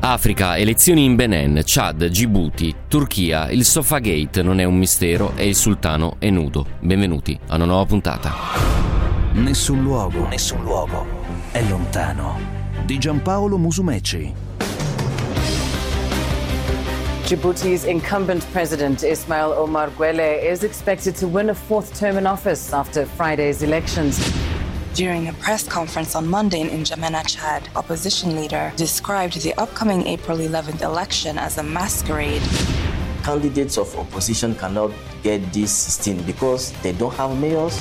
Africa, elezioni in Benin, Chad, Djibouti, Turchia, il Sofagate non è un mistero e il sultano è nudo. Benvenuti a una nuova puntata. Nessun luogo è lontano. Di Giampaolo Musumeci. Djibouti's incumbent president Ismail Omar Guelleh is expected to win a fourth term in office after Friday's elections. During a press conference on Monday in N'Djamena, Chad, opposition leader described the upcoming April 11th election as a masquerade. Candidates of opposition cannot get this 16 because they don't have mayors.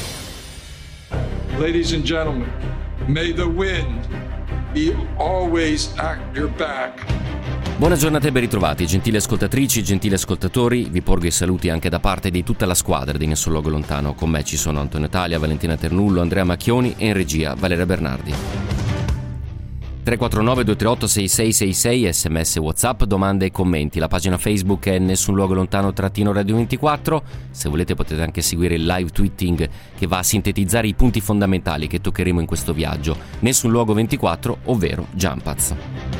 Ladies and gentlemen, may the wind be always at your back. Buona giornata e ben ritrovati, gentili ascoltatrici, gentili ascoltatori. Vi porgo i saluti anche da parte di tutta la squadra di Nessun Luogo Lontano. Con me ci sono Antonio Talia, Valentina Ternullo, Andrea Macchioni e in regia Valeria Bernardi. 349-238-6666, sms WhatsApp, domande e commenti. La pagina Facebook è Nessun Luogo Lontano Radio 24. Se volete potete anche seguire il live tweeting che va a sintetizzare i punti fondamentali che toccheremo in questo viaggio. Nessun Luogo 24, ovvero Jumpaz.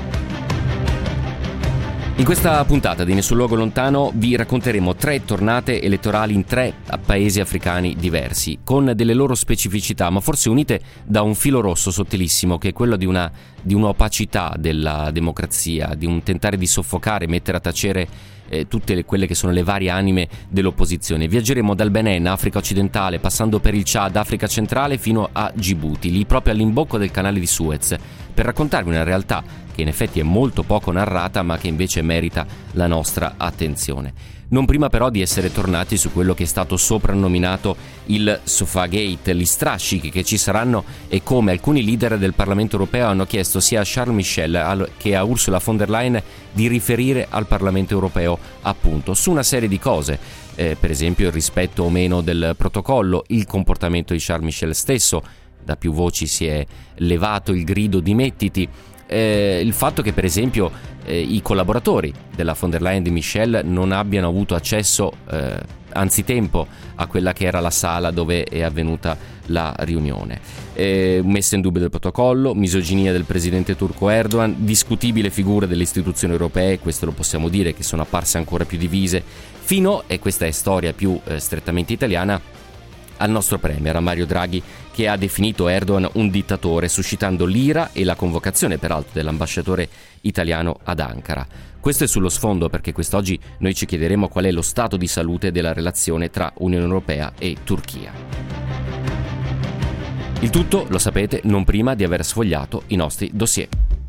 In questa puntata di Nessun Luogo Lontano vi racconteremo 3 tornate elettorali in 3 paesi africani diversi, con delle loro specificità, ma forse unite da un filo rosso sottilissimo, che è quello di un'opacità della democrazia, di un tentare di soffocare, mettere a tacere tutte quelle che sono le varie anime dell'opposizione. Viaggeremo dal Benin, Africa occidentale, passando per il Chad, Africa centrale, fino a Djibouti, lì proprio all'imbocco del canale di Suez, per raccontarvi una realtà che in effetti è molto poco narrata, ma che invece merita la nostra attenzione. Non prima però di essere tornati su quello che è stato soprannominato il Sofagate, gli strascichi che ci saranno e come alcuni leader del Parlamento europeo hanno chiesto sia a Charles Michel che a Ursula von der Leyen di riferire al Parlamento europeo appunto su una serie di cose, per esempio il rispetto o meno del protocollo, il comportamento di Charles Michel stesso. Da più voci si è levato il grido dimettiti, il fatto che per esempio i collaboratori della von der Leyen di Michel non abbiano avuto accesso anzitempo a quella che era la sala dove è avvenuta la riunione, messa in dubbio del protocollo, misoginia del presidente turco Erdogan, discutibile figura delle istituzioni europee, questo lo possiamo dire, che sono apparse ancora più divise, fino, e questa è storia più strettamente italiana, al nostro premier, a Mario Draghi, che ha definito Erdogan un dittatore, suscitando l'ira e la convocazione peraltro dell'ambasciatore italiano ad Ankara. Questo è sullo sfondo, perché quest'oggi noi ci chiederemo qual è lo stato di salute della relazione tra Unione Europea e Turchia. Il tutto, lo sapete, non prima di aver sfogliato i nostri dossier.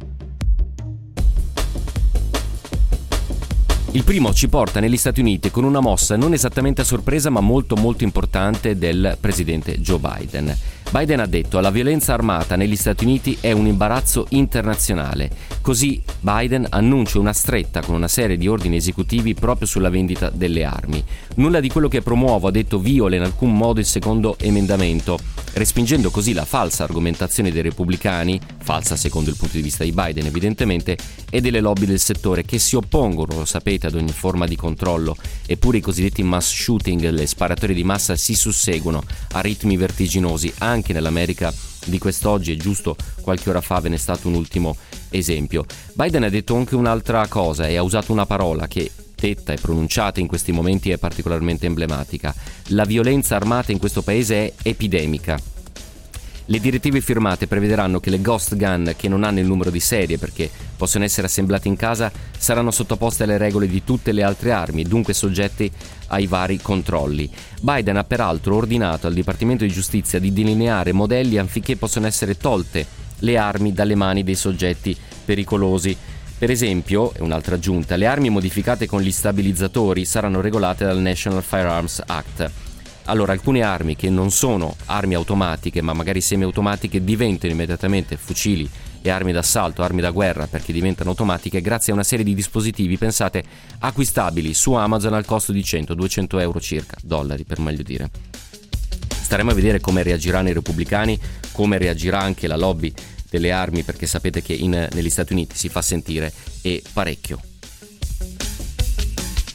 Il primo ci porta negli Stati Uniti con una mossa non esattamente a sorpresa ma molto importante del presidente Joe Biden. Biden ha detto: la violenza armata negli Stati Uniti è un imbarazzo internazionale. Così Biden annuncia una stretta con una serie di ordini esecutivi proprio sulla vendita delle armi. Nulla di quello che promuovo, ha detto, viola in alcun modo il secondo emendamento, respingendo così la falsa argomentazione dei repubblicani, falsa secondo il punto di vista di Biden evidentemente, e delle lobby del settore che si oppongono, lo sapete, ad ogni forma di controllo. Eppure i cosiddetti mass shooting, le sparatorie di massa, si susseguono a ritmi vertiginosi anche nell'America di quest'oggi, e giusto qualche ora fa ve n'è stato un ultimo esempio. Biden ha detto anche un'altra cosa e ha usato una parola che, detta e pronunciata in questi momenti, è particolarmente emblematica. La violenza armata in questo paese è epidemica. Le direttive firmate prevederanno che le ghost gun, che non hanno il numero di serie perché possono essere assemblate in casa, saranno sottoposte alle regole di tutte le altre armi, dunque soggetti ai vari controlli. Biden ha peraltro ordinato al Dipartimento di Giustizia di delineare modelli affinché possano essere tolte le armi dalle mani dei soggetti pericolosi. Per esempio, è un'altra aggiunta, le armi modificate con gli stabilizzatori saranno regolate dal National Firearms Act. Allora, alcune armi che non sono armi automatiche ma magari semiautomatiche diventano immediatamente fucili e armi d'assalto, armi da guerra, perché diventano automatiche grazie a una serie di dispositivi, pensate, acquistabili su Amazon al costo di 100-200 euro circa, dollari per meglio dire. Staremo a vedere come reagiranno i repubblicani, come reagirà anche la lobby delle armi, perché sapete che negli Stati Uniti si fa sentire e parecchio.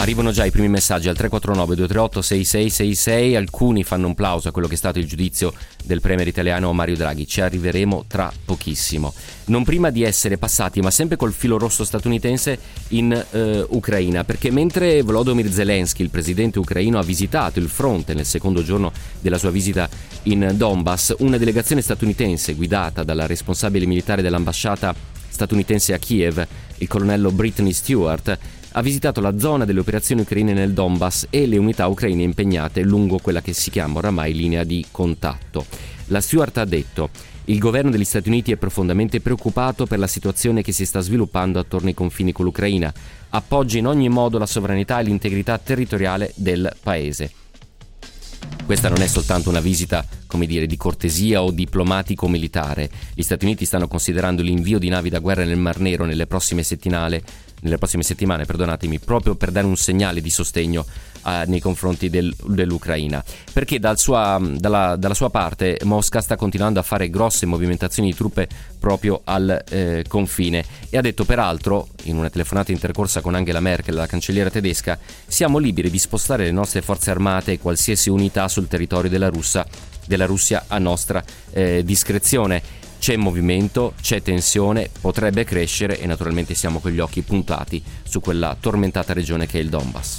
Arrivano già i primi messaggi al 349-238-6666, alcuni fanno un plauso a quello che è stato il giudizio del premier italiano Mario Draghi, ci arriveremo tra pochissimo. Non prima di essere passati, ma sempre col filo rosso statunitense, in Ucraina, perché mentre Volodymyr Zelensky, il presidente ucraino, ha visitato il fronte nel secondo giorno della sua visita in Donbass, una delegazione statunitense guidata dalla responsabile militare dell'ambasciata statunitense a Kiev, il colonnello Brittany Stewart, ha visitato la zona delle operazioni ucraine nel Donbass e le unità ucraine impegnate lungo quella che si chiama oramai linea di contatto. La Stewart ha detto: il governo degli Stati Uniti è profondamente preoccupato per la situazione che si sta sviluppando attorno ai confini con l'Ucraina, appoggia in ogni modo la sovranità e l'integrità territoriale del paese. Questa non è soltanto una visita, come dire, di cortesia o diplomatico-militare. Gli Stati Uniti stanno considerando l'invio di navi da guerra nel Mar Nero nelle prossime settimane, proprio per dare un segnale di sostegno nei confronti dell'Ucraina, perché dalla sua parte Mosca sta continuando a fare grosse movimentazioni di truppe proprio al confine, e ha detto peraltro in una telefonata intercorsa con Angela Merkel, la cancelliera tedesca: siamo liberi di spostare le nostre forze armate e qualsiasi unità sul territorio della Russia a nostra discrezione. C'è movimento, c'è tensione, potrebbe crescere, e naturalmente siamo con gli occhi puntati su quella tormentata regione che è il Donbass.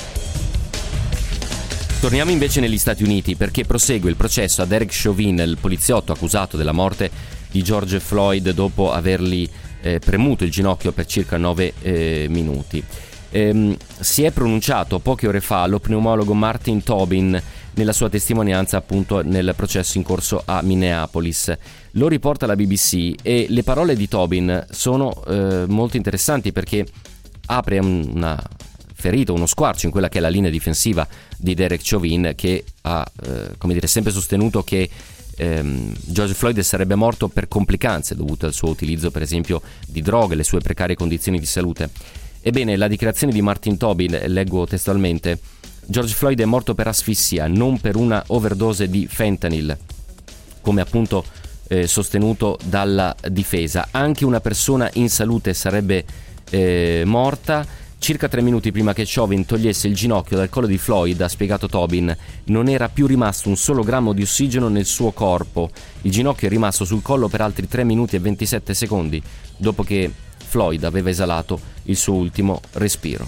Torniamo invece negli Stati Uniti, perché prosegue il processo a Derek Chauvin, il poliziotto accusato della morte di George Floyd dopo avergli premuto il ginocchio per circa 9 minuti. Si è pronunciato poche ore fa lo pneumologo Martin Tobin nella sua testimonianza appunto nel processo in corso a Minneapolis. Lo riporta la BBC, e le parole di Tobin sono molto interessanti, perché apre una ferita, uno squarcio in quella che è la linea difensiva di Derek Chauvin, che ha sempre sostenuto che George Floyd sarebbe morto per complicanze dovute al suo utilizzo, per esempio, di droghe e le sue precarie condizioni di salute. Ebbene, la dichiarazione di Martin Tobin, leggo testualmente: George Floyd è morto per asfissia, non per una overdose di fentanyl, come appunto sostenuto dalla difesa. Anche una persona in salute sarebbe morta. Circa 3 minuti prima che Chauvin togliesse il ginocchio dal collo di Floyd, ha spiegato Tobin, non era più rimasto un solo grammo di ossigeno nel suo corpo. Il ginocchio è rimasto sul collo per altri 3 minuti e 27 secondi dopo che Floyd aveva esalato il suo ultimo respiro.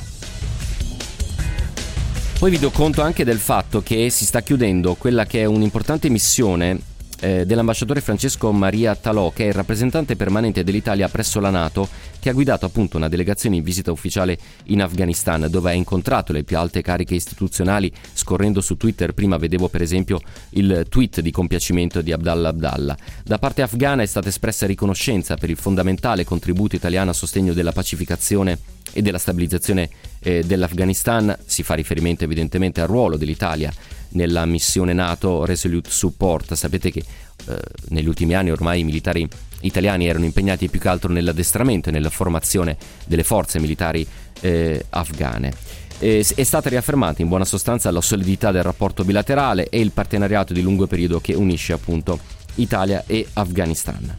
Poi vi do conto anche del fatto che si sta chiudendo quella che è un'importante missione dell'ambasciatore Francesco Maria Talò, che è il rappresentante permanente dell'Italia presso la NATO, che ha guidato appunto una delegazione in visita ufficiale in Afghanistan, dove ha incontrato le più alte cariche istituzionali. Scorrendo su Twitter prima vedevo per esempio il tweet di compiacimento di Abdallah Abdallah. Da parte afghana è stata espressa riconoscenza per il fondamentale contributo italiano a sostegno della pacificazione e della stabilizzazione dell'Afghanistan. Si fa riferimento evidentemente al ruolo dell'Italia nella missione NATO Resolute Support. Sapete che negli ultimi anni ormai i militari italiani erano impegnati più che altro nell'addestramento e nella formazione delle forze militari afghane. È stata riaffermata in buona sostanza la solidità del rapporto bilaterale e il partenariato di lungo periodo che unisce appunto Italia e Afghanistan.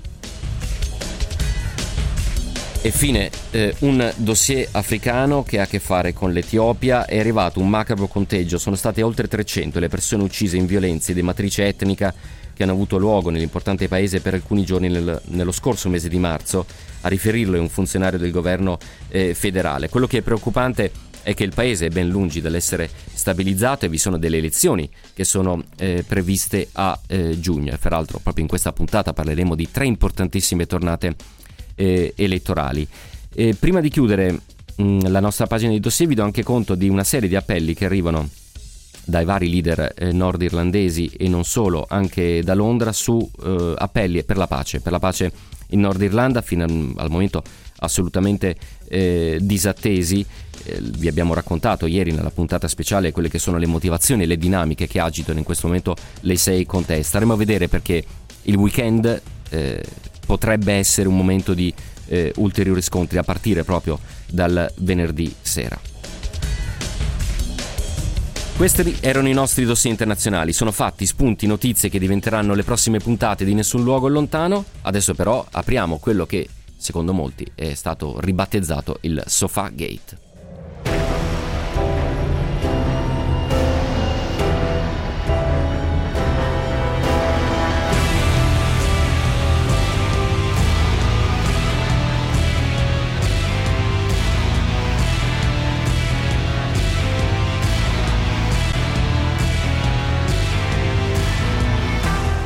E fine, un dossier africano che ha a che fare con l'Etiopia. È arrivato un macabro conteggio, sono state oltre 300 le persone uccise in violenze di matrice etnica che hanno avuto luogo nell'importante paese per alcuni giorni nello scorso mese di marzo. A riferirlo è un funzionario del governo federale. Quello che è preoccupante è che il paese è ben lungi dall'essere stabilizzato e vi sono delle elezioni che sono previste a giugno, e peraltro proprio in questa puntata parleremo di 3 importantissime tornate elettorali. Prima di chiudere la nostra pagina di dossier vi do anche conto di una serie di appelli che arrivano dai vari leader nordirlandesi e non solo, anche da Londra, su appelli per la pace in Nord Irlanda, fino al momento assolutamente disattesi. Vi abbiamo raccontato ieri nella puntata speciale quelle che sono le motivazioni e le dinamiche che agitano in questo momento le 6 contee. Staremo a vedere, perché il weekend potrebbe essere un momento di ulteriori scontri a partire proprio dal venerdì sera. Questi erano i nostri dossier internazionali. Sono fatti, spunti, notizie che diventeranno le prossime puntate di Nessun Luogo Lontano. Adesso però apriamo quello che secondo molti è stato ribattezzato il Sofà Gate.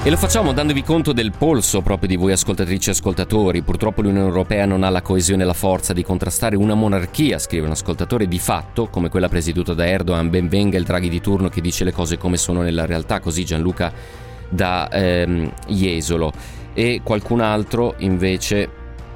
E lo facciamo dandovi conto del polso proprio di voi ascoltatrici e ascoltatori. Purtroppo l'Unione Europea non ha la coesione e la forza di contrastare una monarchia, scrive un ascoltatore, di fatto, come quella presieduta da Erdogan. Ben venga il Draghi di turno che dice le cose come sono nella realtà, così Gianluca da Jesolo. E qualcun altro invece...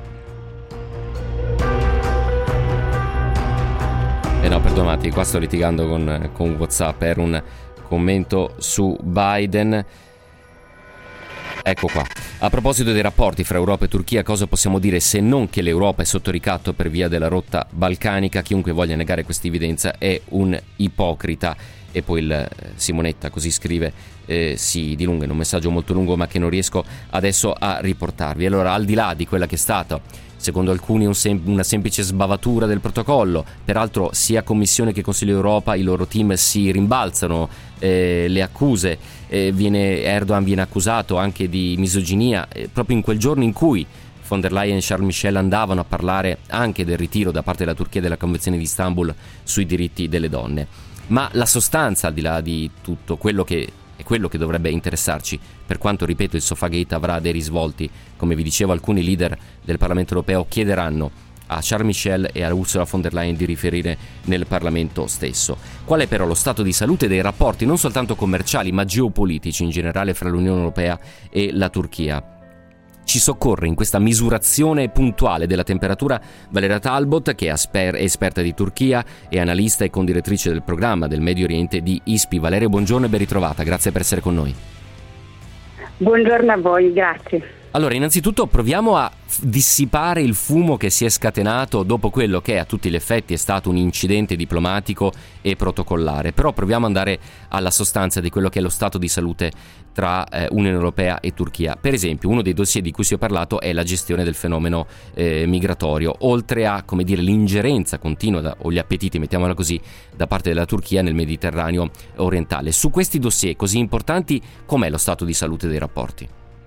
no, perdonate, qua sto litigando con WhatsApp per un commento su Biden. Ecco qua. A proposito dei rapporti fra Europa e Turchia, cosa possiamo dire se non che l'Europa è sotto ricatto per via della rotta balcanica? Chiunque voglia negare questa evidenza è un ipocrita. E poi il Simonetta così scrive, si dilunga in un messaggio molto lungo ma che non riesco adesso a riportarvi. Allora, al di là di quella che è stata, secondo alcuni, una semplice sbavatura del protocollo, peraltro sia Commissione che Consiglio d'Europa, i loro team si rimbalzano le accuse, Erdogan viene accusato anche di misoginia, proprio in quel giorno in cui von der Leyen e Charles Michel andavano a parlare anche del ritiro da parte della Turchia della Convenzione di Istanbul sui diritti delle donne. Ma la sostanza, al di là di tutto, quello che dovrebbe interessarci, per quanto, ripeto, il Sofagate avrà dei risvolti, come vi dicevo, alcuni leader del Parlamento europeo chiederanno a Charles Michel e a Ursula von der Leyen di riferire nel Parlamento stesso. Qual è però lo stato di salute dei rapporti non soltanto commerciali ma geopolitici in generale fra l'Unione Europea e la Turchia? Ci soccorre in questa misurazione puntuale della temperatura Valeria Talbot, che è esperta di Turchia e analista e condirettrice del programma del Medio Oriente di ISPI. Valeria, buongiorno e ben ritrovata, grazie per essere con noi. Buongiorno a voi, grazie. Allora, innanzitutto proviamo a dissipare il fumo che si è scatenato dopo quello che a tutti gli effetti è stato un incidente diplomatico e protocollare, però proviamo ad andare alla sostanza di quello che è lo stato di salute tra Unione Europea e Turchia. Per esempio, uno dei dossier di cui si è parlato è la gestione del fenomeno migratorio, oltre a, come dire, l'ingerenza continua o gli appetiti, mettiamola così, da parte della Turchia nel Mediterraneo orientale. Su questi dossier così importanti, com'è lo stato di salute dei rapporti?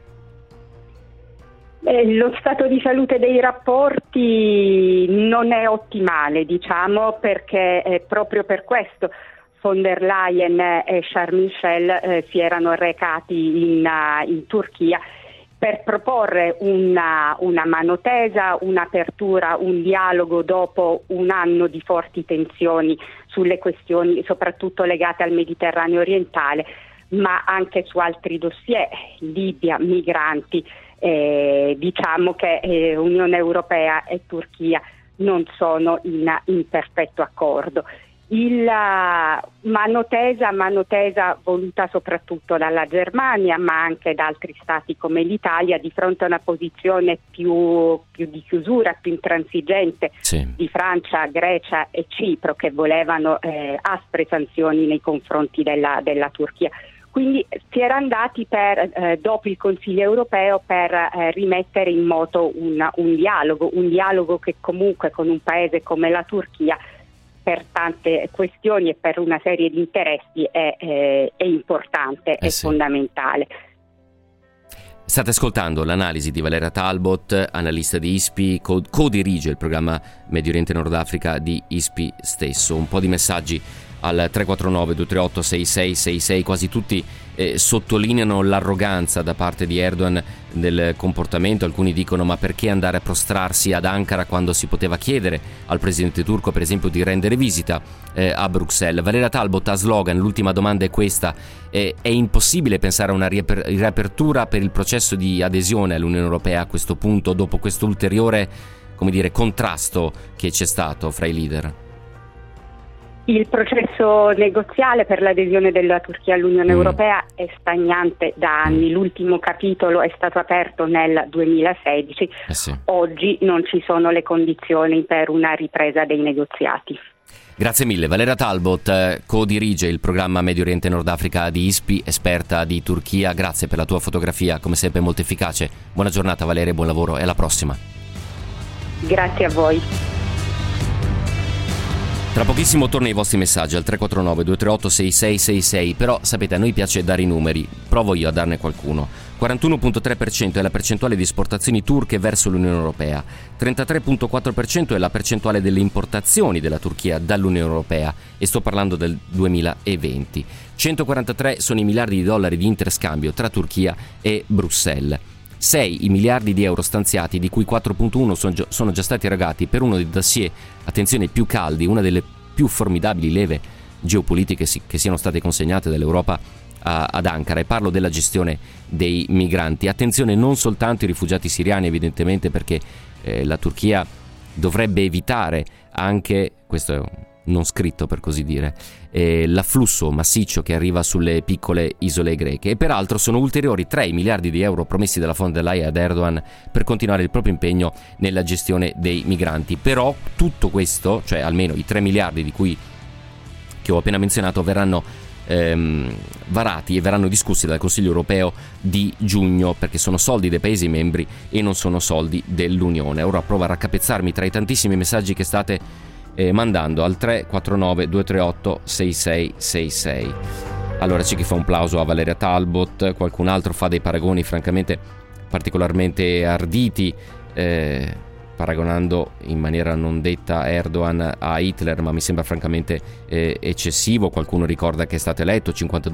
Lo stato di salute dei rapporti non è ottimale, diciamo, perché proprio per questo von der Leyen e Charles Michel si erano recati in Turchia per proporre una mano tesa, un'apertura, un dialogo dopo un anno di forti tensioni sulle questioni soprattutto legate al Mediterraneo orientale, ma anche su altri dossier, Libia, migranti. Diciamo che Unione Europea e Turchia non sono in perfetto accordo. Il mano tesa voluta soprattutto dalla Germania, ma anche da altri stati come l'Italia, di fronte a una posizione più di chiusura, più intransigente di Francia, Grecia e Cipro, che volevano aspre sanzioni nei confronti della Turchia. Quindi si era andati dopo il Consiglio europeo per rimettere in moto un dialogo che comunque con un paese come la Turchia per tante questioni e per una serie di interessi è importante, è fondamentale. State ascoltando l'analisi di Valeria Talbot, analista di ISPI, co-dirige il programma Medio Oriente Nord Africa di ISPI stesso. Un po' di messaggi al 349-238-6666, quasi tutti sottolineano l'arroganza da parte di Erdogan del comportamento. Alcuni dicono: ma perché andare a prostrarsi ad Ankara quando si poteva chiedere al presidente turco, per esempio, di rendere visita a Bruxelles? Valeria Talbot, a slogan, l'ultima domanda è questa: è impossibile pensare a una riapertura per il processo di adesione all'Unione Europea a questo punto, dopo questo ulteriore, come dire, contrasto che c'è stato fra i leader? Il processo negoziale per l'adesione della Turchia all'Unione Europea è stagnante da anni. L'ultimo capitolo è stato aperto nel 2016. Oggi non ci sono le condizioni per una ripresa dei negoziati. Grazie mille. Valeria Talbot co-dirige il programma Medio Oriente Nord Africa di ISPI, esperta di Turchia. Grazie per la tua fotografia, come sempre molto efficace. Buona giornata Valeria, buon lavoro e alla prossima. Grazie a voi. Tra pochissimo torno ai vostri messaggi al 349 238 6666, però sapete, a noi piace dare i numeri, provo io a darne qualcuno. 41.3% è la percentuale di esportazioni turche verso l'Unione Europea, 33.4% è la percentuale delle importazioni della Turchia dall'Unione Europea, e sto parlando del 2020. 143 sono i miliardi di dollari di interscambio tra Turchia e Bruxelles. 6 i miliardi di euro stanziati, di cui 4.1 sono già stati erogati per uno dei dossier, attenzione, più caldi, una delle più formidabili leve geopolitiche che siano state consegnate dall'Europa ad Ankara, e parlo della gestione dei migranti. Attenzione, non soltanto i rifugiati siriani, evidentemente, perché la Turchia dovrebbe evitare anche, questo è non scritto per così dire, l'afflusso massiccio che arriva sulle piccole isole greche. E peraltro sono ulteriori 3 miliardi di euro promessi dalla von der Leyen ad Erdogan per continuare il proprio impegno nella gestione dei migranti. Però tutto questo, cioè almeno i 3 miliardi che ho appena menzionato, verranno varati e verranno discussi dal Consiglio europeo di giugno, perché sono soldi dei Paesi membri e non sono soldi dell'Unione. Ora provo a raccapezzarmi tra i tantissimi messaggi che state mandando al 349 238 6666. Allora c'è chi fa un plauso a Valeria Talbot, qualcun altro fa dei paragoni francamente particolarmente arditi, paragonando in maniera non detta Erdogan a Hitler, ma mi sembra francamente eccessivo. Qualcuno ricorda che è stato eletto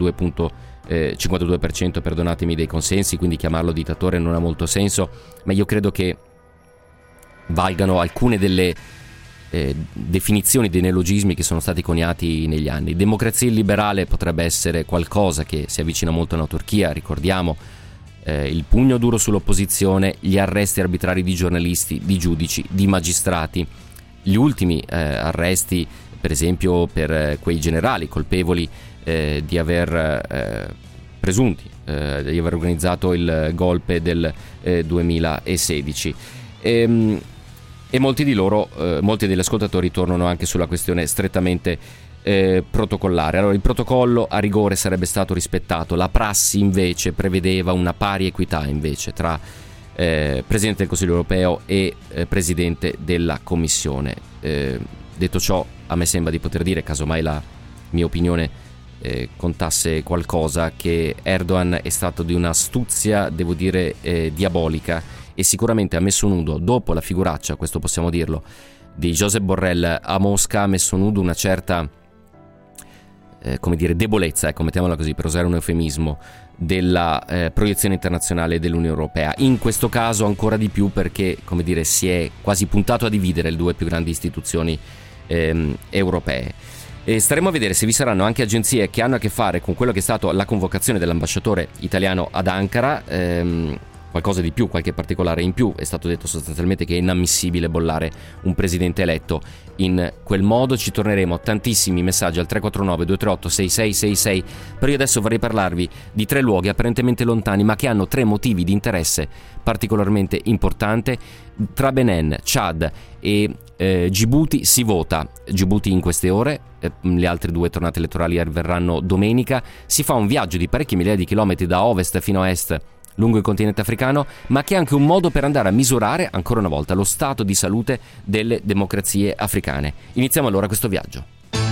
52%, perdonatemi, dei consensi, quindi chiamarlo dittatore non ha molto senso, ma io credo che valgano alcune delle definizioni dei neologismi che sono stati coniati negli anni. Democrazia illiberale potrebbe essere qualcosa che si avvicina molto alla Turchia, ricordiamo il pugno duro sull'opposizione, gli arresti arbitrari di giornalisti, di giudici, di magistrati, gli ultimi arresti per esempio per quei generali colpevoli di aver presunti di aver organizzato il golpe del 2016. E molti di loro, molti degli ascoltatori tornano anche sulla questione strettamente protocollare. Allora, il protocollo a rigore sarebbe stato rispettato, la prassi invece prevedeva una pari equità invece tra Presidente del Consiglio europeo e Presidente della Commissione. Detto ciò, a me sembra di poter dire, casomai la mia opinione contasse qualcosa, che Erdogan è stato di un'astuzia, devo dire, diabolica, e sicuramente ha messo nudo, dopo la figuraccia, questo possiamo dirlo, di Josep Borrell a Mosca, ha messo nudo una certa come dire, debolezza, ecco, mettiamola così per usare un eufemismo, della proiezione internazionale dell'Unione Europea. In questo caso ancora di più, perché, come dire, si è quasi puntato a dividere le due più grandi istituzioni europee. E staremo a vedere se vi saranno anche agenzie che hanno a che fare con quello che è stato la convocazione dell'ambasciatore italiano ad Ankara. Qualcosa di più, qualche particolare in più. È stato detto sostanzialmente che è inammissibile bollare un presidente eletto in quel modo. Ci torneremo, tantissimi messaggi al 349 238 6666, però io adesso vorrei parlarvi di 3 luoghi apparentemente lontani, ma che hanno 3 motivi di interesse particolarmente importante. Tra Benin, Chad e Djibouti si vota. Djibouti in queste ore, le altre 2 tornate elettorali avverranno domenica. Si fa un viaggio di parecchie migliaia di chilometri da ovest fino a est lungo il continente africano, ma che è anche un modo per andare a misurare ancora una volta lo stato di salute delle democrazie africane. Iniziamo allora questo viaggio.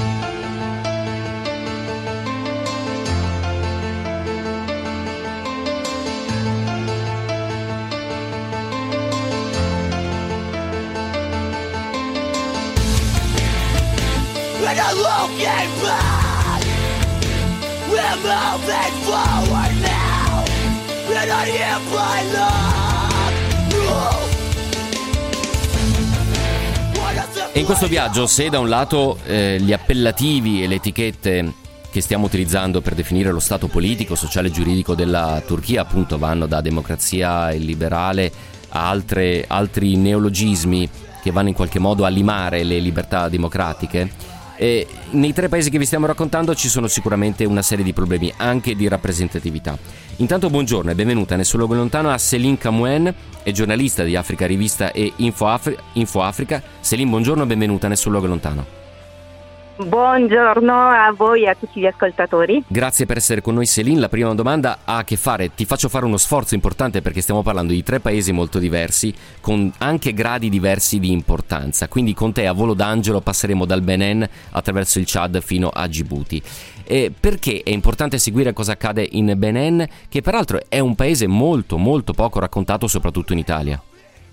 We're not looking back. We're moving forward now. We're not here by luck. E in questo viaggio, se da un lato gli appellativi e le etichette che stiamo utilizzando per definire lo stato politico, sociale e giuridico della Turchia appunto vanno da democrazia illiberale a altri neologismi che vanno in qualche modo a limare le libertà democratiche, nei 3 paesi che vi stiamo raccontando ci sono sicuramente una serie di problemi anche di rappresentatività. Intanto buongiorno e benvenuta nel suo luogo lontano a Céline Camouen, è giornalista di Africa Rivista e Info Africa. Céline, buongiorno e benvenuta nel suo luogo lontano. Buongiorno a voi e a tutti gli ascoltatori. Grazie per essere con noi, Céline. La prima domanda ha a che fare, ti faccio fare uno sforzo importante perché stiamo parlando di 3 paesi molto diversi, con anche gradi diversi di importanza. Quindi con te a volo d'angelo passeremo dal Benin attraverso il Chad fino a Djibouti. Perché è importante seguire cosa accade in Benin, che peraltro è un paese molto molto poco raccontato, soprattutto in Italia?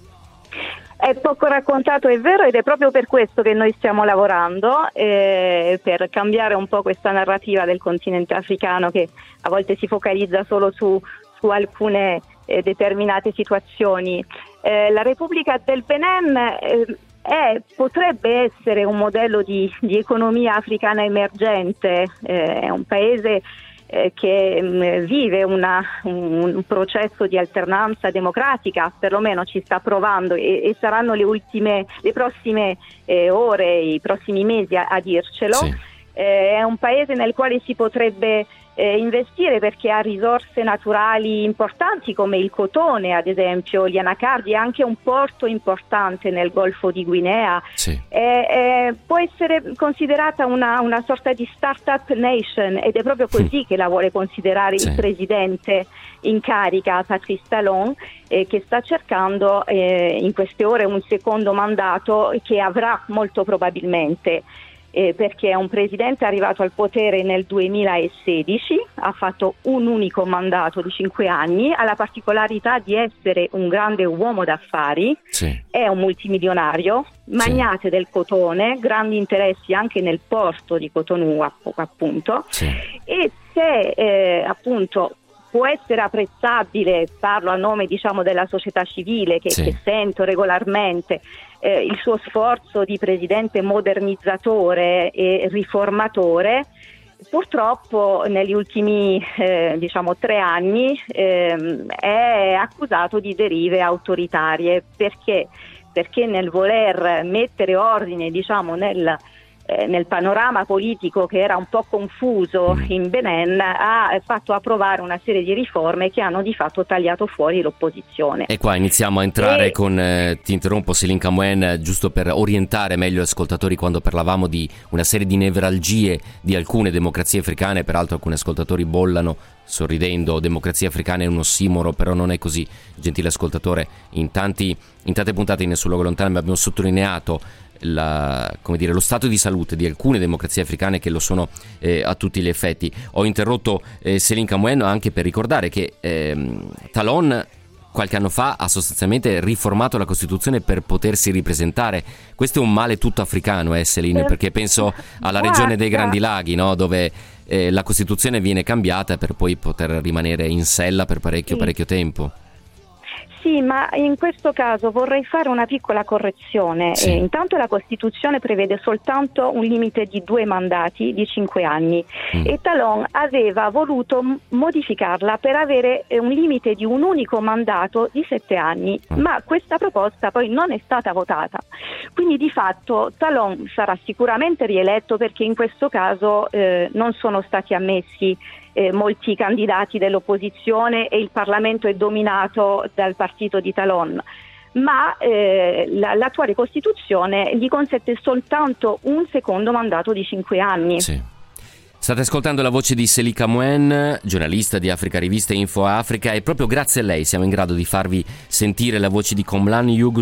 È poco raccontato, è vero, ed è proprio per questo che noi stiamo lavorando, per cambiare un po' questa narrativa del continente africano che a volte si focalizza solo su alcune determinate situazioni. La Repubblica del Benin potrebbe essere un modello di economia africana emergente, è un paese che vive un processo di alternanza democratica, perlomeno ci sta provando e saranno le prossime ore, i prossimi mesi a dircelo. Sì. È un paese nel quale si potrebbe investire perché ha risorse naturali importanti come il cotone, ad esempio, gli anacardi, e anche un porto importante nel Golfo di Guinea. Sì. Può essere considerata una sorta di start-up nation ed è proprio così che la vuole considerare il presidente in carica, Patrice Talon, che sta cercando in queste ore un secondo mandato che avrà molto probabilmente. Perché è un presidente arrivato al potere nel 2016, ha fatto un unico mandato di 5 anni, ha la particolarità di essere un grande uomo d'affari, è un multimilionario, magnate del cotone, grandi interessi anche nel porto di Cotonou appunto, e se appunto può essere apprezzabile, parlo a nome diciamo della società civile che sento regolarmente, il suo sforzo di presidente modernizzatore e riformatore, purtroppo negli ultimi 3 anni è accusato di derive autoritarie perché nel voler mettere ordine diciamo nel panorama politico che era un po' confuso in Benin, ha fatto approvare una serie di riforme che hanno di fatto tagliato fuori l'opposizione. E qua iniziamo a entrare ti interrompo Céline Camoens, giusto per orientare meglio gli ascoltatori, quando parlavamo di una serie di nevralgie di alcune democrazie africane. Peraltro alcuni ascoltatori bollano sorridendo, democrazia africana è un ossimoro, però non è così, gentile ascoltatore. In tante puntate in Nessun Luogo Lontano abbiamo sottolineato lo stato di salute di alcune democrazie africane che lo sono a tutti gli effetti. Ho interrotto Céline Camoens anche per ricordare che Talon qualche anno fa ha sostanzialmente riformato la Costituzione per potersi ripresentare. Questo è un male tutto africano, Céline, perché penso alla regione dei Grandi Laghi, no? Dove la Costituzione viene cambiata per poi poter rimanere in sella per parecchio tempo. Sì, ma in questo caso vorrei fare una piccola correzione. Intanto la Costituzione prevede soltanto un limite di 2 mandati di 5 anni e Talon aveva voluto modificarla per avere un limite di un unico mandato di 7 anni, ma questa proposta poi non è stata votata. Quindi di fatto Talon sarà sicuramente rieletto perché in questo caso non sono stati ammessi molti candidati dell'opposizione e il Parlamento è dominato dal partito di Talon, ma l'attuale Costituzione gli consente soltanto un secondo mandato di 5 anni. Sì. State ascoltando la voce di Céline Camoens, giornalista di Africa Rivista e Info Africa, e proprio grazie a lei siamo in grado di farvi sentire la voce di Komlan Yug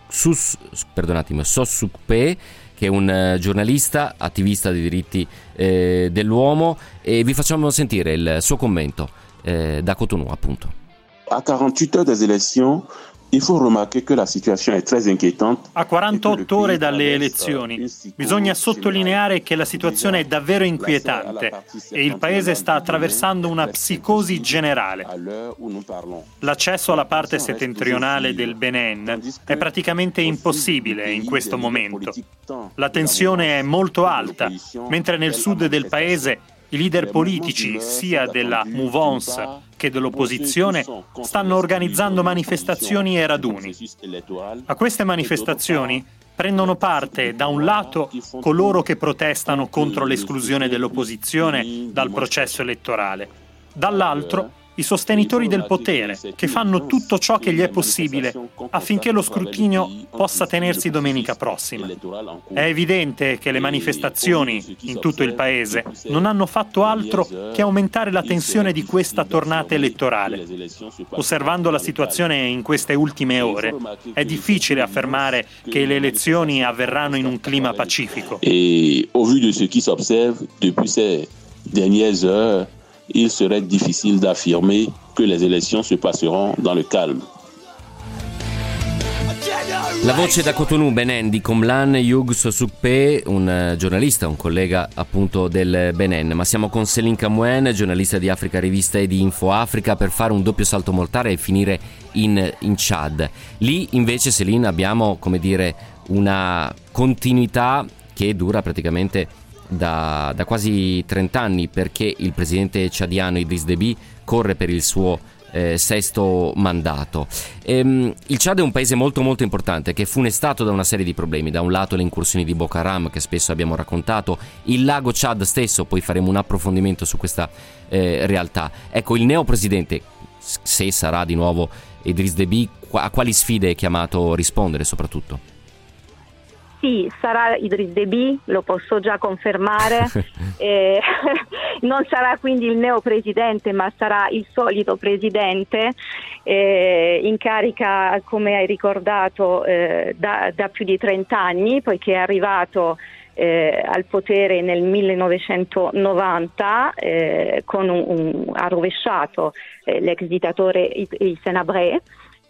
Sosukpe, che è un giornalista, attivista dei diritti dell'uomo, e vi facciamo sentire il suo commento da Cotonou, appunto. A 48 heures des élections, il faut remarquer que la situation est très inquiétante. A 48 ore dalle elezioni bisogna sottolineare che la situazione è davvero inquietante e il paese sta attraversando una psicosi generale. L'accesso alla parte settentrionale del Benin è praticamente impossibile in questo momento. La tensione è molto alta, mentre nel sud del paese i leader politici, sia della mouvance che dell'opposizione, stanno organizzando manifestazioni e raduni. A queste manifestazioni prendono parte, da un lato, coloro che protestano contro l'esclusione dell'opposizione dal processo elettorale, dall'altro, i sostenitori del potere, che fanno tutto ciò che gli è possibile affinché lo scrutinio possa tenersi domenica prossima. È evidente che le manifestazioni in tutto il paese non hanno fatto altro che aumentare la tensione di questa tornata elettorale. Osservando la situazione in queste ultime ore, è difficile affermare che le elezioni avverranno in un clima pacifico. Et au vu de ce qui s'observe depuis ces dernières heures, il serait difficile d'affirmer que les élections se passeront dans le calme. La voce da Cotonou, Benin, di Komlan Yougs Sukpe, un giornalista, un collega appunto del Benin. Ma siamo con Céline Camoën, giornalista di Africa Rivista e di Info Africa, per fare un doppio salto mortale e finire in Chad. Lì invece, Céline, abbiamo, come dire, una continuità che dura praticamente da quasi 30 anni, perché il presidente ciadiano Idriss Déby corre per il suo sesto mandato. Il Chad è un paese molto molto importante, che è funestato da una serie di problemi. Da un lato le incursioni di Boko Haram, che spesso abbiamo raccontato, il lago Chad stesso, poi faremo un approfondimento su questa realtà. Ecco, il neopresidente, se sarà di nuovo Idriss Déby, a quali sfide è chiamato a rispondere soprattutto? Sì, sarà Idriss Déby, lo posso già confermare. Non sarà quindi il neopresidente, ma sarà il solito presidente, in carica, come hai ricordato, da più di 30 anni, poiché è arrivato al potere nel 1990 ha rovesciato l'ex dittatore Hissène Habré.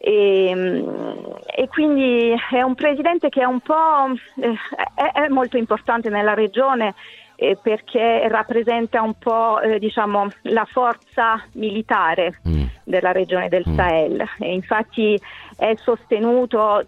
E quindi è un presidente che è un po' è molto importante nella regione, perché rappresenta un po' diciamo la forza militare della regione del Sahel, e infatti è sostenuto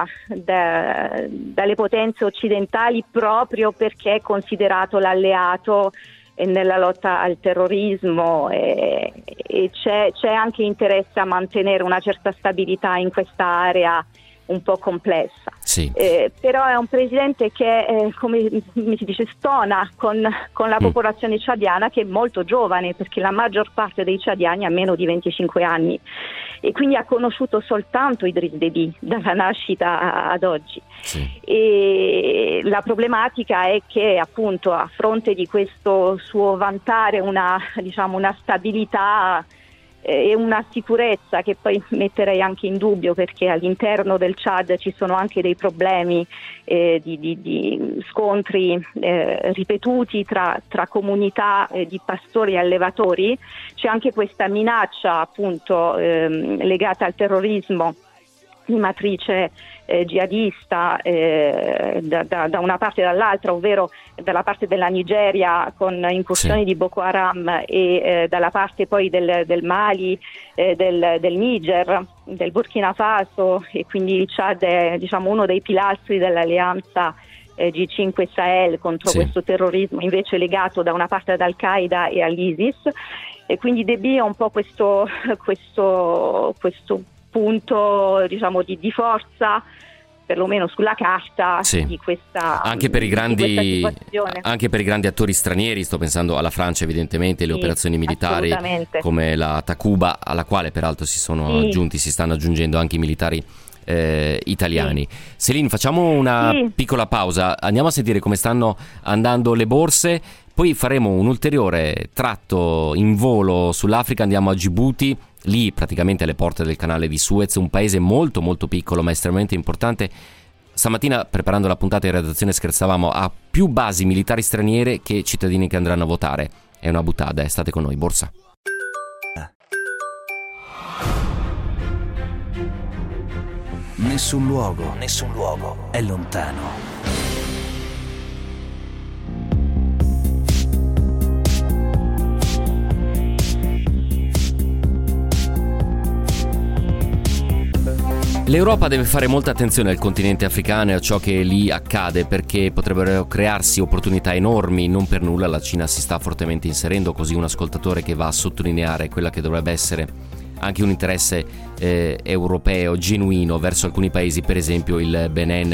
dalle potenze occidentali proprio perché è considerato l'alleato nella lotta al terrorismo, e c'è anche interesse a mantenere una certa stabilità in questa area un po' complessa. Sì. Però è un presidente che come mi si dice stona con la popolazione ciadiana, che è molto giovane, perché la maggior parte dei ciadiani ha meno di 25 anni, e quindi ha conosciuto soltanto Idriss Déby dalla nascita ad oggi. Sì. E la problematica è che appunto a fronte di questo suo vantare una stabilità e una sicurezza, che poi metterei anche in dubbio, perché all'interno del Chad ci sono anche dei problemi di scontri ripetuti tra comunità di pastori e allevatori. C'è anche questa minaccia appunto legata al terrorismo di matrice jihadista da una parte e dall'altra, ovvero dalla parte della Nigeria con incursioni di Boko Haram e dalla parte poi del Mali, del Niger, del Burkina Faso, e quindi il Chad è uno dei pilastri dell'alleanza G5 Sahel contro questo terrorismo invece legato da una parte ad Al-Qaeda e all'ISIS, e quindi Déby è un po' questo punto di forza, perlomeno sulla carta, di questa anche per i grandi attori stranieri. Sto pensando alla Francia, evidentemente, le operazioni militari come la Takuba, alla quale peraltro si stanno aggiungendo anche i militari italiani. Céline, facciamo una piccola pausa, andiamo a sentire come stanno andando le borse, poi faremo un ulteriore tratto in volo sull'Africa, andiamo a Djibouti, lì praticamente alle porte del canale di Suez, un paese molto molto piccolo ma estremamente importante. Stamattina, preparando la puntata in redazione, scherzavamo, ha più basi militari straniere che cittadini che andranno a votare. È una buttata, state con noi, borsa. Nessun luogo è lontano. L'Europa deve fare molta attenzione al continente africano e a ciò che lì accade, perché potrebbero crearsi opportunità enormi. Non per nulla la Cina si sta fortemente inserendo, così un ascoltatore che va a sottolineare quella che dovrebbe essere anche un interesse europeo genuino verso alcuni paesi, per esempio il Benin,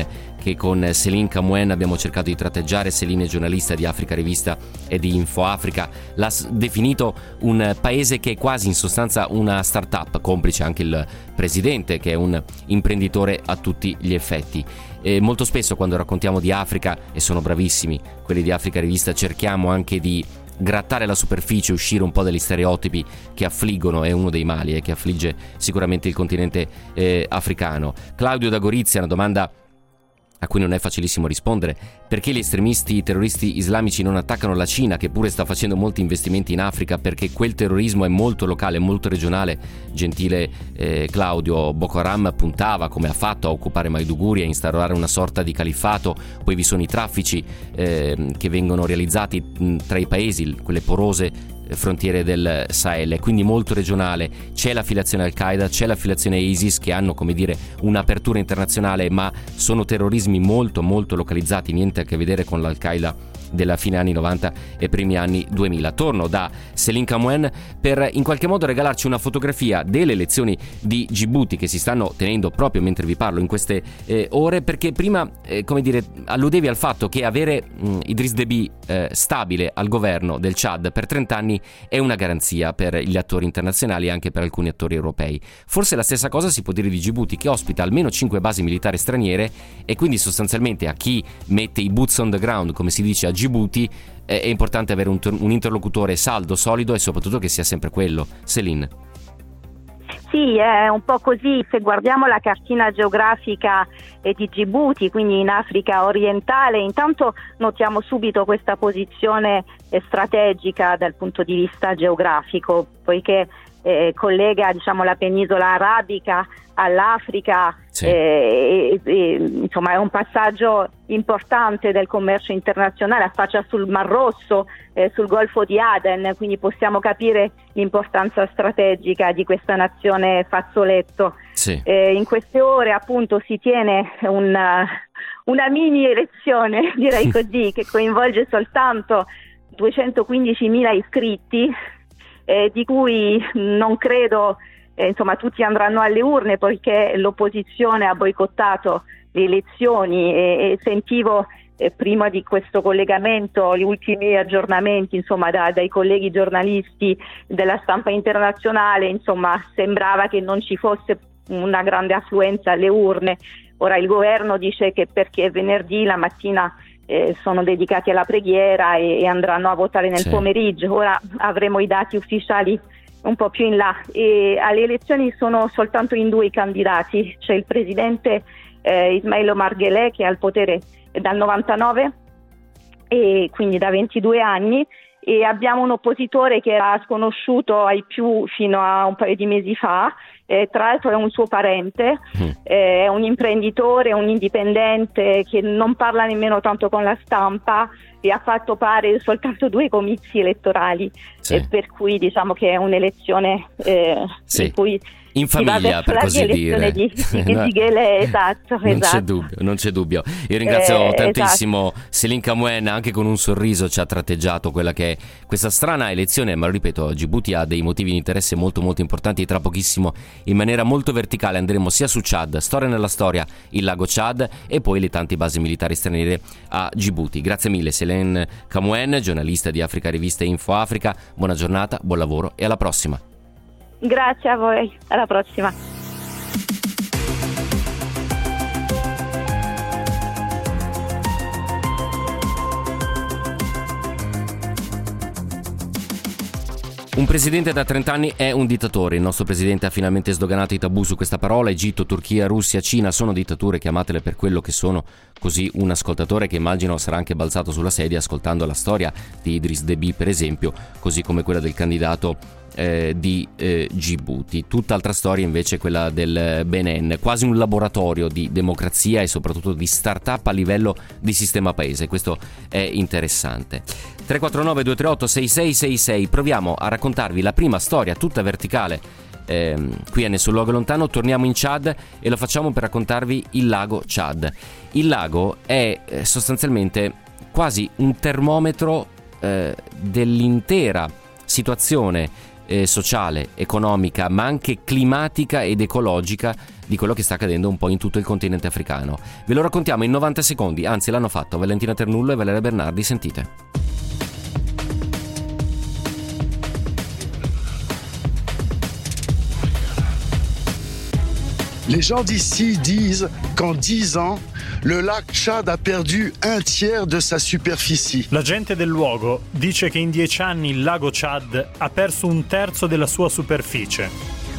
che con Céline Camoën abbiamo cercato di tratteggiare. Céline è giornalista di Africa Rivista e di InfoAfrica. L'ha definito un paese che è quasi in sostanza una start-up, complice anche il presidente che è un imprenditore a tutti gli effetti. E molto spesso quando raccontiamo di Africa, e sono bravissimi quelli di Africa Rivista, cerchiamo anche di grattare la superficie, uscire un po' dagli stereotipi che affliggono, è uno dei mali che affligge sicuramente il continente africano. Claudio da Gorizia, una domanda a cui non è facilissimo rispondere: perché gli estremisti terroristi islamici non attaccano la Cina, che pure sta facendo molti investimenti in Africa? Perché quel terrorismo è molto locale, molto regionale. Gentile Claudio, Boko Haram puntava, come ha fatto, a occupare Maiduguri, a instaurare una sorta di califfato. Poi vi sono i traffici che vengono realizzati tra i paesi, quelle porose frontiere del Sahel, quindi molto regionale. C'è l'affiliazione Al-Qaeda, c'è l'affiliazione ISIS, che hanno, come dire, un'apertura internazionale, ma sono terrorismi molto molto localizzati, niente a che vedere con l'Al-Qaeda della fine anni 90 e primi anni 2000. Torno da Céline Camoën per in qualche modo regalarci una fotografia delle elezioni di Djibouti che si stanno tenendo proprio mentre vi parlo in queste ore, perché prima come dire alludevi al fatto che avere Idriss Déby stabile al governo del Chad per 30 anni è una garanzia per gli attori internazionali e anche per alcuni attori europei. Forse la stessa cosa si può dire di Djibouti, che ospita almeno 5 basi militari straniere, e quindi sostanzialmente a chi mette i boots on the ground, come si dice a Djibouti, è importante avere un interlocutore saldo, solido e soprattutto che sia sempre quello. Céline. Sì, è un po' così. Se guardiamo la cartina geografica di Djibouti, quindi in Africa orientale, intanto notiamo subito questa posizione strategica dal punto di vista geografico, poiché collega, diciamo, la penisola arabica all'Africa. Sì. Insomma, è un passaggio importante del commercio internazionale, affaccia sul Mar Rosso, sul Golfo di Aden, quindi possiamo capire l'importanza strategica di questa nazione fazzoletto. Sì. In queste ore appunto si tiene una mini elezione, direi così, che coinvolge soltanto 215.000 iscritti, di cui non credo insomma tutti andranno alle urne, poiché l'opposizione ha boicottato le elezioni e sentivo prima di questo collegamento gli ultimi aggiornamenti insomma dai colleghi giornalisti della stampa internazionale. Insomma, sembrava che non ci fosse una grande affluenza alle urne. Ora il governo dice che perché venerdì la mattina sono dedicati alla preghiera e andranno a votare nel pomeriggio. Ora avremo i dati ufficiali un po' più in là, e alle elezioni sono soltanto in 2 i candidati. C'è il presidente Ismail Omar Guelleh, che è al potere dal 99 e quindi da 22 anni, e abbiamo un oppositore che era sconosciuto ai più fino a un paio di mesi fa, tra l'altro è un suo parente, è un imprenditore, un indipendente che non parla nemmeno tanto con la stampa e ha fatto pare soltanto 2 comizi elettorali, per cui diciamo che è un'elezione in cui in famiglia, per così dire. Di Guelleh, esatto. Non c'è dubbio. Io ringrazio tantissimo Céline Camoën, anche con un sorriso ci ha tratteggiato quella che è questa strana elezione, ma lo ripeto, Djibouti ha dei motivi di interesse molto molto importanti, e tra pochissimo in maniera molto verticale andremo sia su Chad, storia nella storia, il lago Chad, e poi le tante basi militari straniere a Djibouti. Grazie mille Céline Camoën, giornalista di Africa Rivista e InfoAfrica. Buona giornata, buon lavoro e alla prossima. Grazie a voi, alla prossima. Un presidente da 30 anni è un dittatore. Il nostro presidente ha finalmente sdoganato i tabù su questa parola. Egitto, Turchia, Russia, Cina sono dittature, chiamatele per quello che sono. Così un ascoltatore, che immagino sarà anche balzato sulla sedia ascoltando la storia di Idriss Déby, per esempio, così come quella del candidato di Djibouti. Tutt'altra storia invece quella del Benin, quasi un laboratorio di democrazia e soprattutto di start-up a livello di sistema paese. Questo è interessante. 349 238 6666. Proviamo a raccontarvi la prima storia tutta verticale qui a Nessun Luogo Lontano. Torniamo in Chad e lo facciamo per raccontarvi il lago Chad. Il lago è sostanzialmente quasi un termometro dell'intera situazione sociale, economica, ma anche climatica ed ecologica di quello che sta accadendo un po' in tutto il continente africano. Ve lo raccontiamo in 90 secondi, anzi l'hanno fatto Valentina Ternullo e Valeria Bernardi, sentite. Les gens d'ici disent qu'en 10 ans, le lac Tchad a perdu 1/3 de sa superficie. La gente del luogo dice che in 10 anni il lago Chad ha perso 1/3 della sua superficie.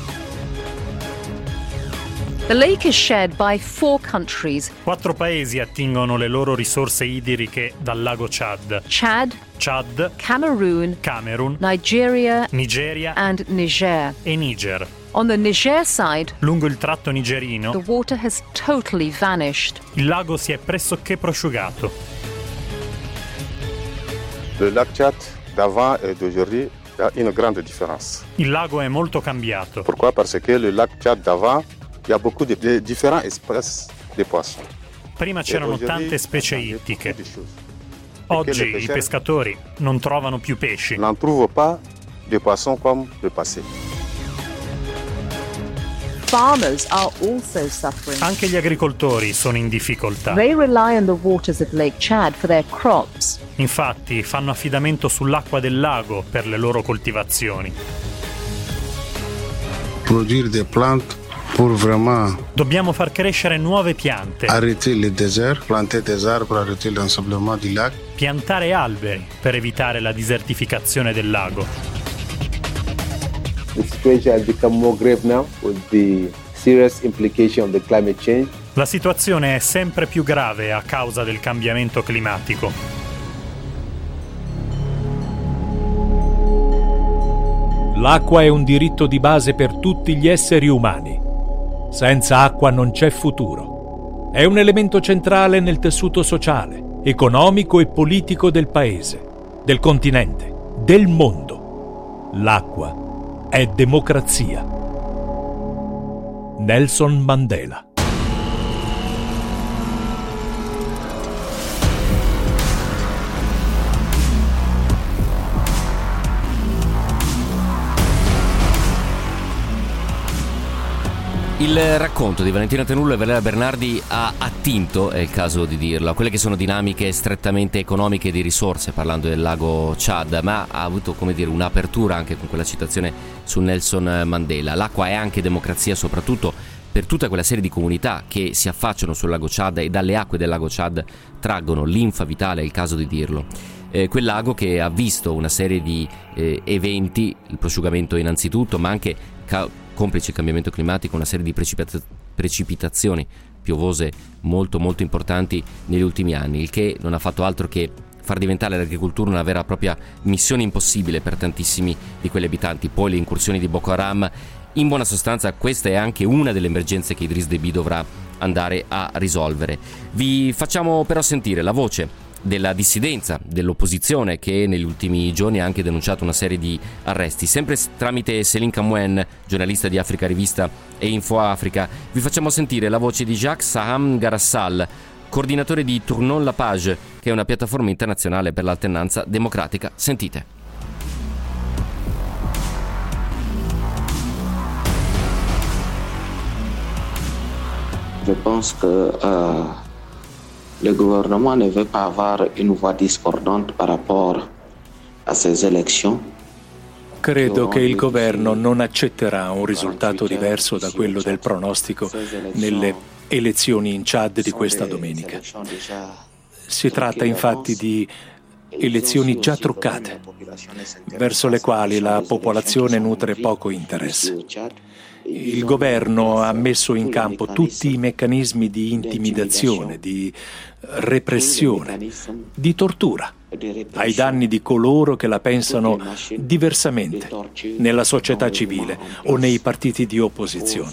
The lake is shared by 4 countries. 4 paesi attingono le loro risorse idriche dal lago Chad. Chad, Cameroon, Nigeria and Niger. E Niger. On the Niger side, lungo il tratto nigerino, the water has totally vanished. Il lago si è pressoché prosciugato. Le lac Chad d'avant et d'aujourd'hui a une grande différence. Il lago è molto cambiato. Pourquoi? Parce que le lac Chad d'avant, il y a beaucoup de différentes espèces de poissons. Prima c'erano tante specie ittiche. Oggi i pescatori non trovano più pesci. Non trouvent pas de poissons comme le passé. Farmers are also suffering. Anche gli agricoltori sono in difficoltà. They rely on the waters of Lake Chad for their crops. Infatti fanno affidamento sull'acqua del lago per le loro coltivazioni. Produire des plantes pour vraiment Dobbiamo far crescere nuove piante. Arrêter les déserts, planter des arbres pour arrêter l'ensablement du lac. Piantare alberi per evitare la desertificazione del lago. The situation has become more grave now with the serious implication of the climate change. La situazione è sempre più grave a causa del cambiamento climatico. L'acqua è un diritto di base per tutti gli esseri umani. Senza acqua non c'è futuro. È un elemento centrale nel tessuto sociale, economico e politico del paese, del continente, del mondo. L'acqua è democrazia. Nelson Mandela. Il racconto di Valentina Ternullo e Valeria Bernardi ha attinto, è il caso di dirlo, a quelle che sono dinamiche strettamente economiche di risorse, parlando del lago Chad, ma ha avuto, come dire, un'apertura anche con quella citazione su Nelson Mandela. L'acqua è anche democrazia, soprattutto per tutta quella serie di comunità che si affacciano sul lago Chad e dalle acque del lago Chad traggono linfa vitale, è il caso di dirlo. Quel lago che ha visto una serie di eventi, il prosciugamento innanzitutto, ma anche complice il cambiamento climatico, una serie di precipitazioni piovose molto molto importanti negli ultimi anni, il che non ha fatto altro che far diventare l'agricoltura una vera e propria missione impossibile per tantissimi di quegli abitanti. Poi le incursioni di Boko Haram. In buona sostanza questa è anche una delle emergenze che Idriss Déby dovrà andare a risolvere. Vi facciamo però sentire la voce della dissidenza, dell'opposizione, che negli ultimi giorni ha anche denunciato una serie di arresti. Sempre tramite Céline Kamwen, giornalista di Africa Rivista e Info Africa, vi facciamo sentire la voce di Jacques Saham Garassal, coordinatore di Tournon la Page, che è una piattaforma internazionale per l'alternanza democratica. Sentite. Je pense que le gouvernement ne veut pas avoir une voix discordante par rapport a ces élections. Credo che il governo non accetterà un risultato diverso da quello del pronostico nelle elezioni in Chad di questa domenica. Si tratta infatti di elezioni già truccate, verso le quali la popolazione nutre poco interesse. Il governo ha messo in campo tutti i meccanismi di intimidazione, di repressione, di tortura, ai danni di coloro che la pensano diversamente nella società civile o nei partiti di opposizione.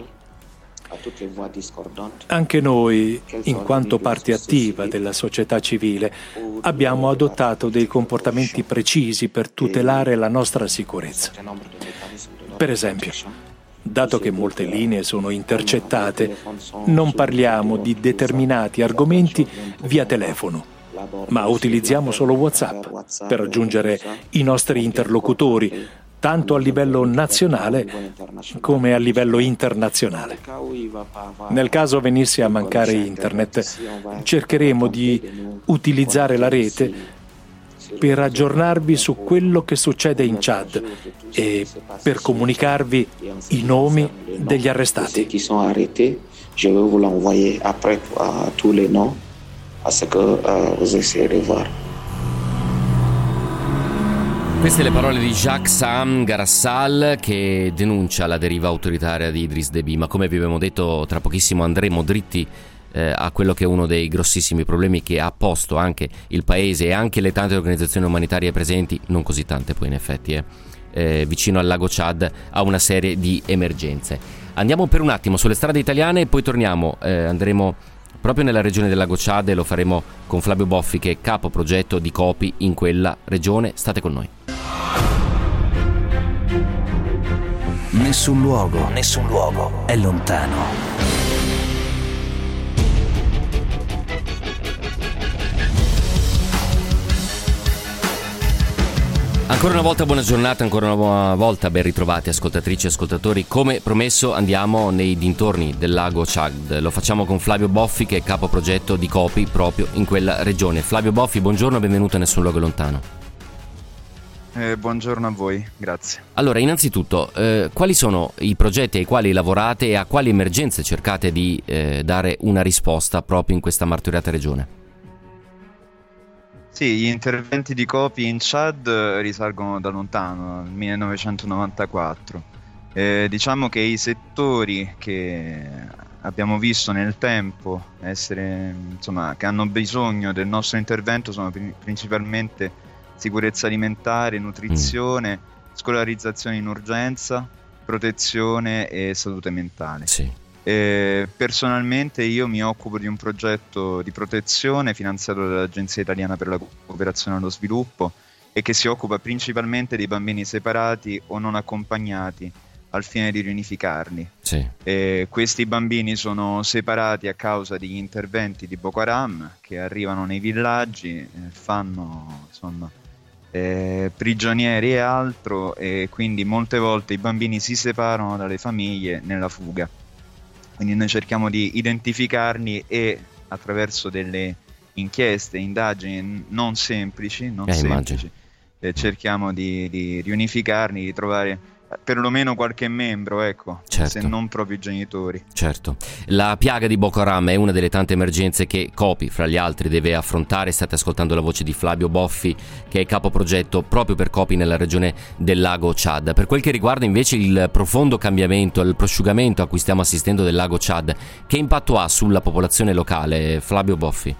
Anche noi, in quanto parte attiva della società civile, abbiamo adottato dei comportamenti precisi per tutelare la nostra sicurezza. Per esempio, dato che molte linee sono intercettate, non parliamo di determinati argomenti via telefono, ma utilizziamo solo WhatsApp per raggiungere i nostri interlocutori tanto a livello nazionale come a livello internazionale. Nel caso venisse a mancare internet, cercheremo di utilizzare la rete per aggiornarvi su quello che succede in Chad e per comunicarvi i nomi degli arrestati. Je vais vous l'envoyer après tous les noms à ce que vous essayez de voir. Queste le parole di Jacques Sam Garassal, che denuncia la deriva autoritaria di Idriss Déby, ma come vi abbiamo detto tra pochissimo andremo dritti a quello che è uno dei grossissimi problemi che ha posto anche il paese e anche le tante organizzazioni umanitarie presenti, non così tante poi in effetti, vicino al lago Chad, a una serie di emergenze. Andiamo per un attimo sulle strade italiane e poi torniamo, andremo proprio nella regione del lago Chad e lo faremo con Flavio Boffi, che è capo progetto di Copi in quella regione. State con noi. Nessun luogo è lontano. Ancora una volta buona giornata, ancora una volta ben ritrovati ascoltatrici e ascoltatori. Come promesso andiamo nei dintorni del lago Chad, lo facciamo con Flavio Boffi, che è capo progetto di Copi proprio in quella regione. Flavio Boffi, buongiorno e benvenuto a Nessun Luogo Lontano. Buongiorno a voi, grazie. Allora, innanzitutto, quali sono i progetti ai quali lavorate e a quali emergenze cercate di dare una risposta proprio in questa martoriata regione? Sì, gli interventi di Copi in Chad risalgono da lontano, al 1994. Diciamo che i settori che abbiamo visto nel tempo essere, insomma, che hanno bisogno del nostro intervento sono principalmente sicurezza alimentare, nutrizione, scolarizzazione in urgenza, protezione e salute mentale. Sì. Personalmente io mi occupo di un progetto di protezione finanziato dall'Agenzia Italiana per la Cooperazione allo Sviluppo e che si occupa principalmente di bambini separati o non accompagnati al fine di riunificarli. Sì. Questi bambini sono separati a causa degli interventi di Boko Haram che arrivano nei villaggi, fanno insomma prigionieri e altro, e quindi molte volte i bambini si separano dalle famiglie nella fuga. Quindi noi cerchiamo di identificarli e attraverso delle inchieste, indagini non semplici, cerchiamo di riunificarli, di trovare perlomeno qualche membro, ecco, certo, se non proprio i genitori. Certo. La piaga di Boko Haram è una delle tante emergenze che Copi, fra gli altri, deve affrontare. State ascoltando la voce di Flavio Boffi, che è capo progetto proprio per Copi nella regione del lago Chad. Per quel che riguarda invece il profondo cambiamento, il prosciugamento a cui stiamo assistendo del lago Chad, che impatto ha sulla popolazione locale, Flavio Boffi?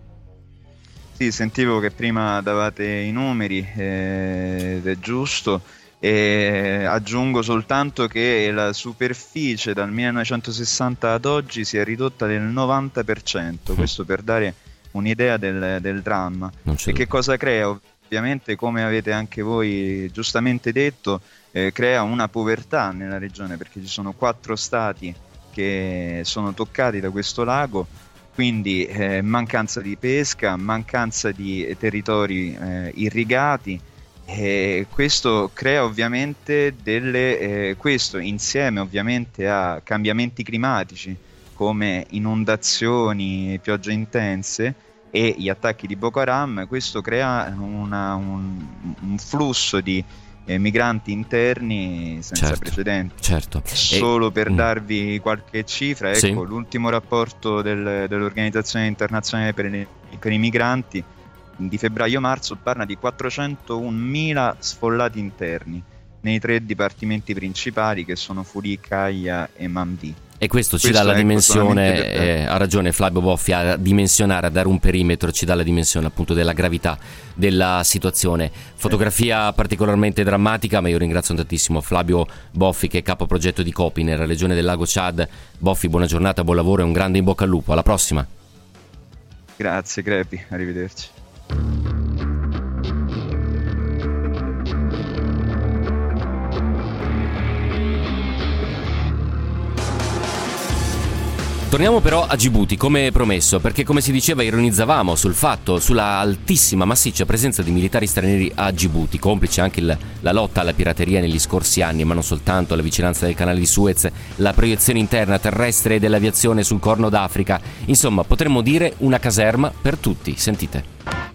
Sì, sentivo che prima davate i numeri ed è giusto. E aggiungo soltanto che la superficie dal 1960 ad oggi si è ridotta del 90%, questo per dare un'idea del dramma. E che cosa crea? Ovviamente, come avete anche voi giustamente detto, crea una povertà nella regione, perché ci sono 4 stati che sono toccati da questo lago, quindi mancanza di pesca, mancanza di territori irrigati. Questo crea ovviamente questo insieme ovviamente a cambiamenti climatici come inondazioni, piogge intense e gli attacchi di Boko Haram. Questo crea un flusso di migranti interni senza precedenti. Certo. Solo per darvi qualche cifra, ecco, Sì. L'ultimo rapporto dell'Organizzazione Internazionale per i Migranti di febbraio-marzo parla di 401.000 sfollati interni nei 3 dipartimenti principali che sono Furi, Kaya e Mamdi. E questo ci dà la dimensione, ha ragione Flavio Boffi, a dimensionare, a dare un perimetro, ci dà la dimensione appunto della gravità della situazione. Fotografia particolarmente drammatica, ma io ringrazio tantissimo Flavio Boffi, che è capo progetto di Copi nella regione del lago Chad. Boffi, buona giornata, buon lavoro e un grande in bocca al lupo, alla prossima. Grazie Crepi, arrivederci. Torniamo però a Gibuti, come promesso, perché come si diceva ironizzavamo sulla altissima, massiccia presenza di militari stranieri a Gibuti, complice anche la lotta alla pirateria negli scorsi anni, ma non soltanto, la vicinanza del canale di Suez, la proiezione interna terrestre dell'aviazione sul Corno d'Africa, insomma potremmo dire una caserma per tutti, sentite.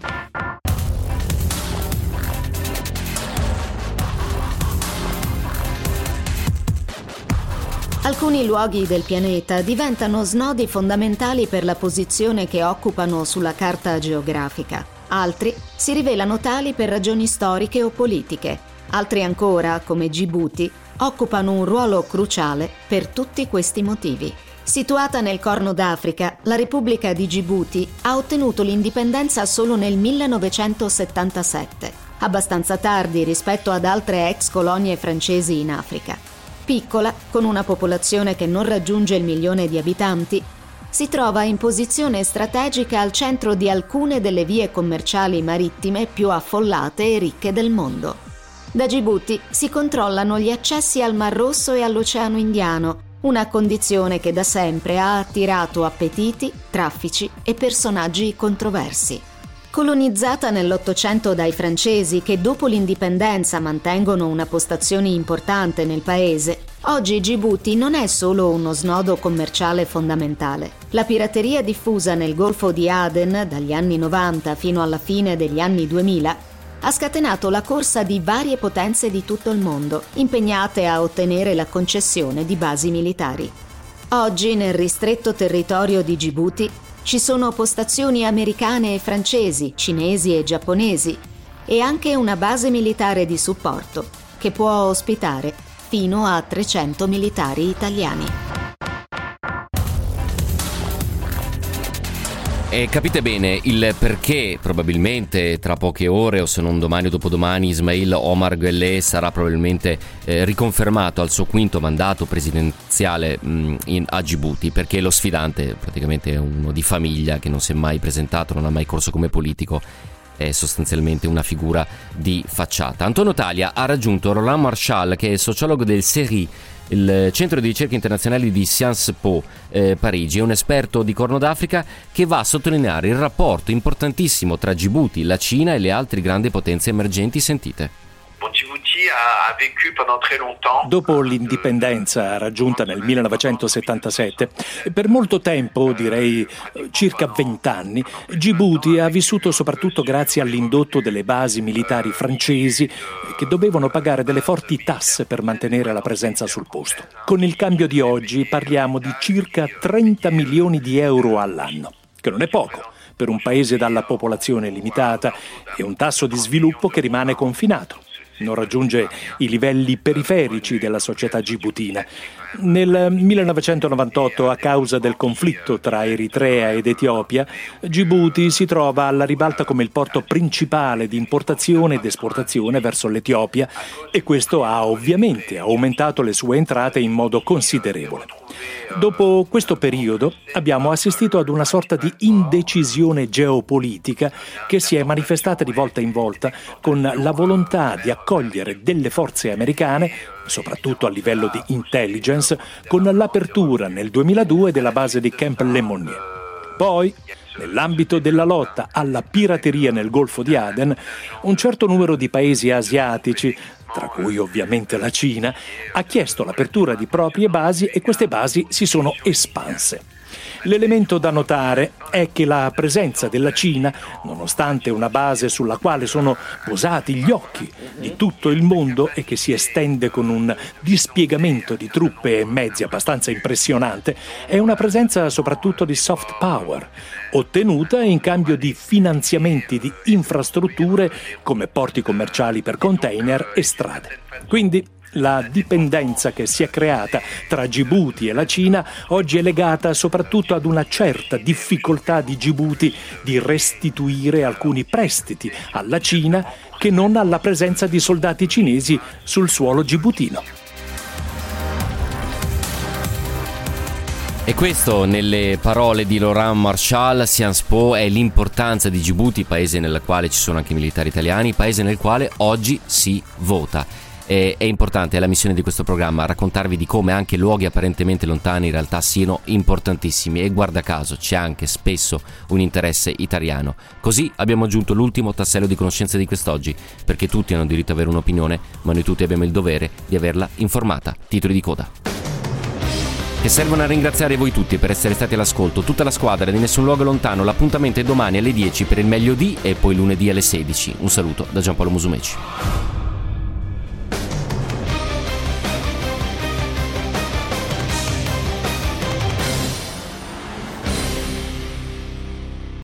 Alcuni luoghi del pianeta diventano snodi fondamentali per la posizione che occupano sulla carta geografica. Altri si rivelano tali per ragioni storiche o politiche. Altri ancora, come Gibuti, occupano un ruolo cruciale per tutti questi motivi. Situata nel Corno d'Africa, la Repubblica di Gibuti ha ottenuto l'indipendenza solo nel 1977, abbastanza tardi rispetto ad altre ex colonie francesi in Africa. Piccola, con una popolazione che non raggiunge il 1 milione di abitanti, si trova in posizione strategica al centro di alcune delle vie commerciali marittime più affollate e ricche del mondo. Da Gibuti si controllano gli accessi al Mar Rosso e all'Oceano Indiano, una condizione che da sempre ha attirato appetiti, traffici e personaggi controversi. Colonizzata nell'Ottocento dai francesi, che dopo l'indipendenza mantengono una postazione importante nel paese, oggi Gibuti non è solo uno snodo commerciale fondamentale. La pirateria diffusa nel Golfo di Aden dagli anni 90 fino alla fine degli anni 2000 ha scatenato la corsa di varie potenze di tutto il mondo, impegnate a ottenere la concessione di basi militari. Oggi, nel ristretto territorio di Gibuti, ci sono postazioni americane e francesi, cinesi e giapponesi e anche una base militare di supporto che può ospitare fino a 300 militari italiani. E capite bene il perché probabilmente tra poche ore o se non domani o dopodomani Ismail Omar Guelleh sarà probabilmente riconfermato al suo quinto mandato presidenziale a Gibuti, perché lo sfidante praticamente è uno di famiglia che non si è mai presentato, non ha mai corso come politico, è sostanzialmente una figura di facciata. Antonio Taglia ha raggiunto Roland Marchal, che è sociologo del CERI, il centro di ricerche internazionali di Sciences Po Parigi, è un esperto di Corno d'Africa che va a sottolineare il rapporto importantissimo tra Gibuti, la Cina e le altre grandi potenze emergenti. Sentite. Dopo l'indipendenza raggiunta nel 1977, per molto tempo, direi circa 20 anni, Gibuti ha vissuto soprattutto grazie all'indotto delle basi militari francesi che dovevano pagare delle forti tasse per mantenere la presenza sul posto. Con il cambio di oggi parliamo di circa 30 milioni di euro all'anno, che non è poco per un paese dalla popolazione limitata e un tasso di sviluppo che rimane confinato. Non raggiunge i livelli periferici della società gibutina. Nel 1998, a causa del conflitto tra Eritrea ed Etiopia, Gibuti si trova alla ribalta come il porto principale di importazione ed esportazione verso l'Etiopia e questo ha ovviamente aumentato le sue entrate in modo considerevole. Dopo questo periodo abbiamo assistito ad una sorta di indecisione geopolitica che si è manifestata di volta in volta con la volontà di accogliere delle forze americane, soprattutto a livello di intelligence, con l'apertura nel 2002 della base di Camp Lemonnier. Poi, nell'ambito della lotta alla pirateria nel Golfo di Aden, un certo numero di paesi asiatici, tra cui ovviamente la Cina, ha chiesto l'apertura di proprie basi e queste basi si sono espanse. L'elemento da notare è che la presenza della Cina, nonostante una base sulla quale sono posati gli occhi di tutto il mondo e che si estende con un dispiegamento di truppe e mezzi abbastanza impressionante, è una presenza soprattutto di soft power, ottenuta in cambio di finanziamenti di infrastrutture come porti commerciali per container e strade. Quindi la dipendenza che si è creata tra Gibuti e la Cina oggi è legata soprattutto ad una certa difficoltà di Gibuti di restituire alcuni prestiti alla Cina che non alla presenza di soldati cinesi sul suolo gibutino. E questo, nelle parole di Laurent Marchal, Sciences Po, è l'importanza di Gibuti, paese nel quale ci sono anche militari italiani, paese nel quale oggi si vota. È importante, è la missione di questo programma, raccontarvi di come anche luoghi apparentemente lontani in realtà siano importantissimi, e guarda caso c'è anche spesso un interesse italiano. Così abbiamo aggiunto l'ultimo tassello di conoscenza di quest'oggi, perché tutti hanno diritto ad avere un'opinione, ma noi tutti abbiamo il dovere di averla informata. Titoli di coda che servono a ringraziare voi tutti per essere stati all'ascolto, tutta la squadra di Nessun Luogo Lontano. L'appuntamento è domani alle 10 per il meglio di, e poi lunedì alle 16. Un saluto da Giampaolo Musumeci.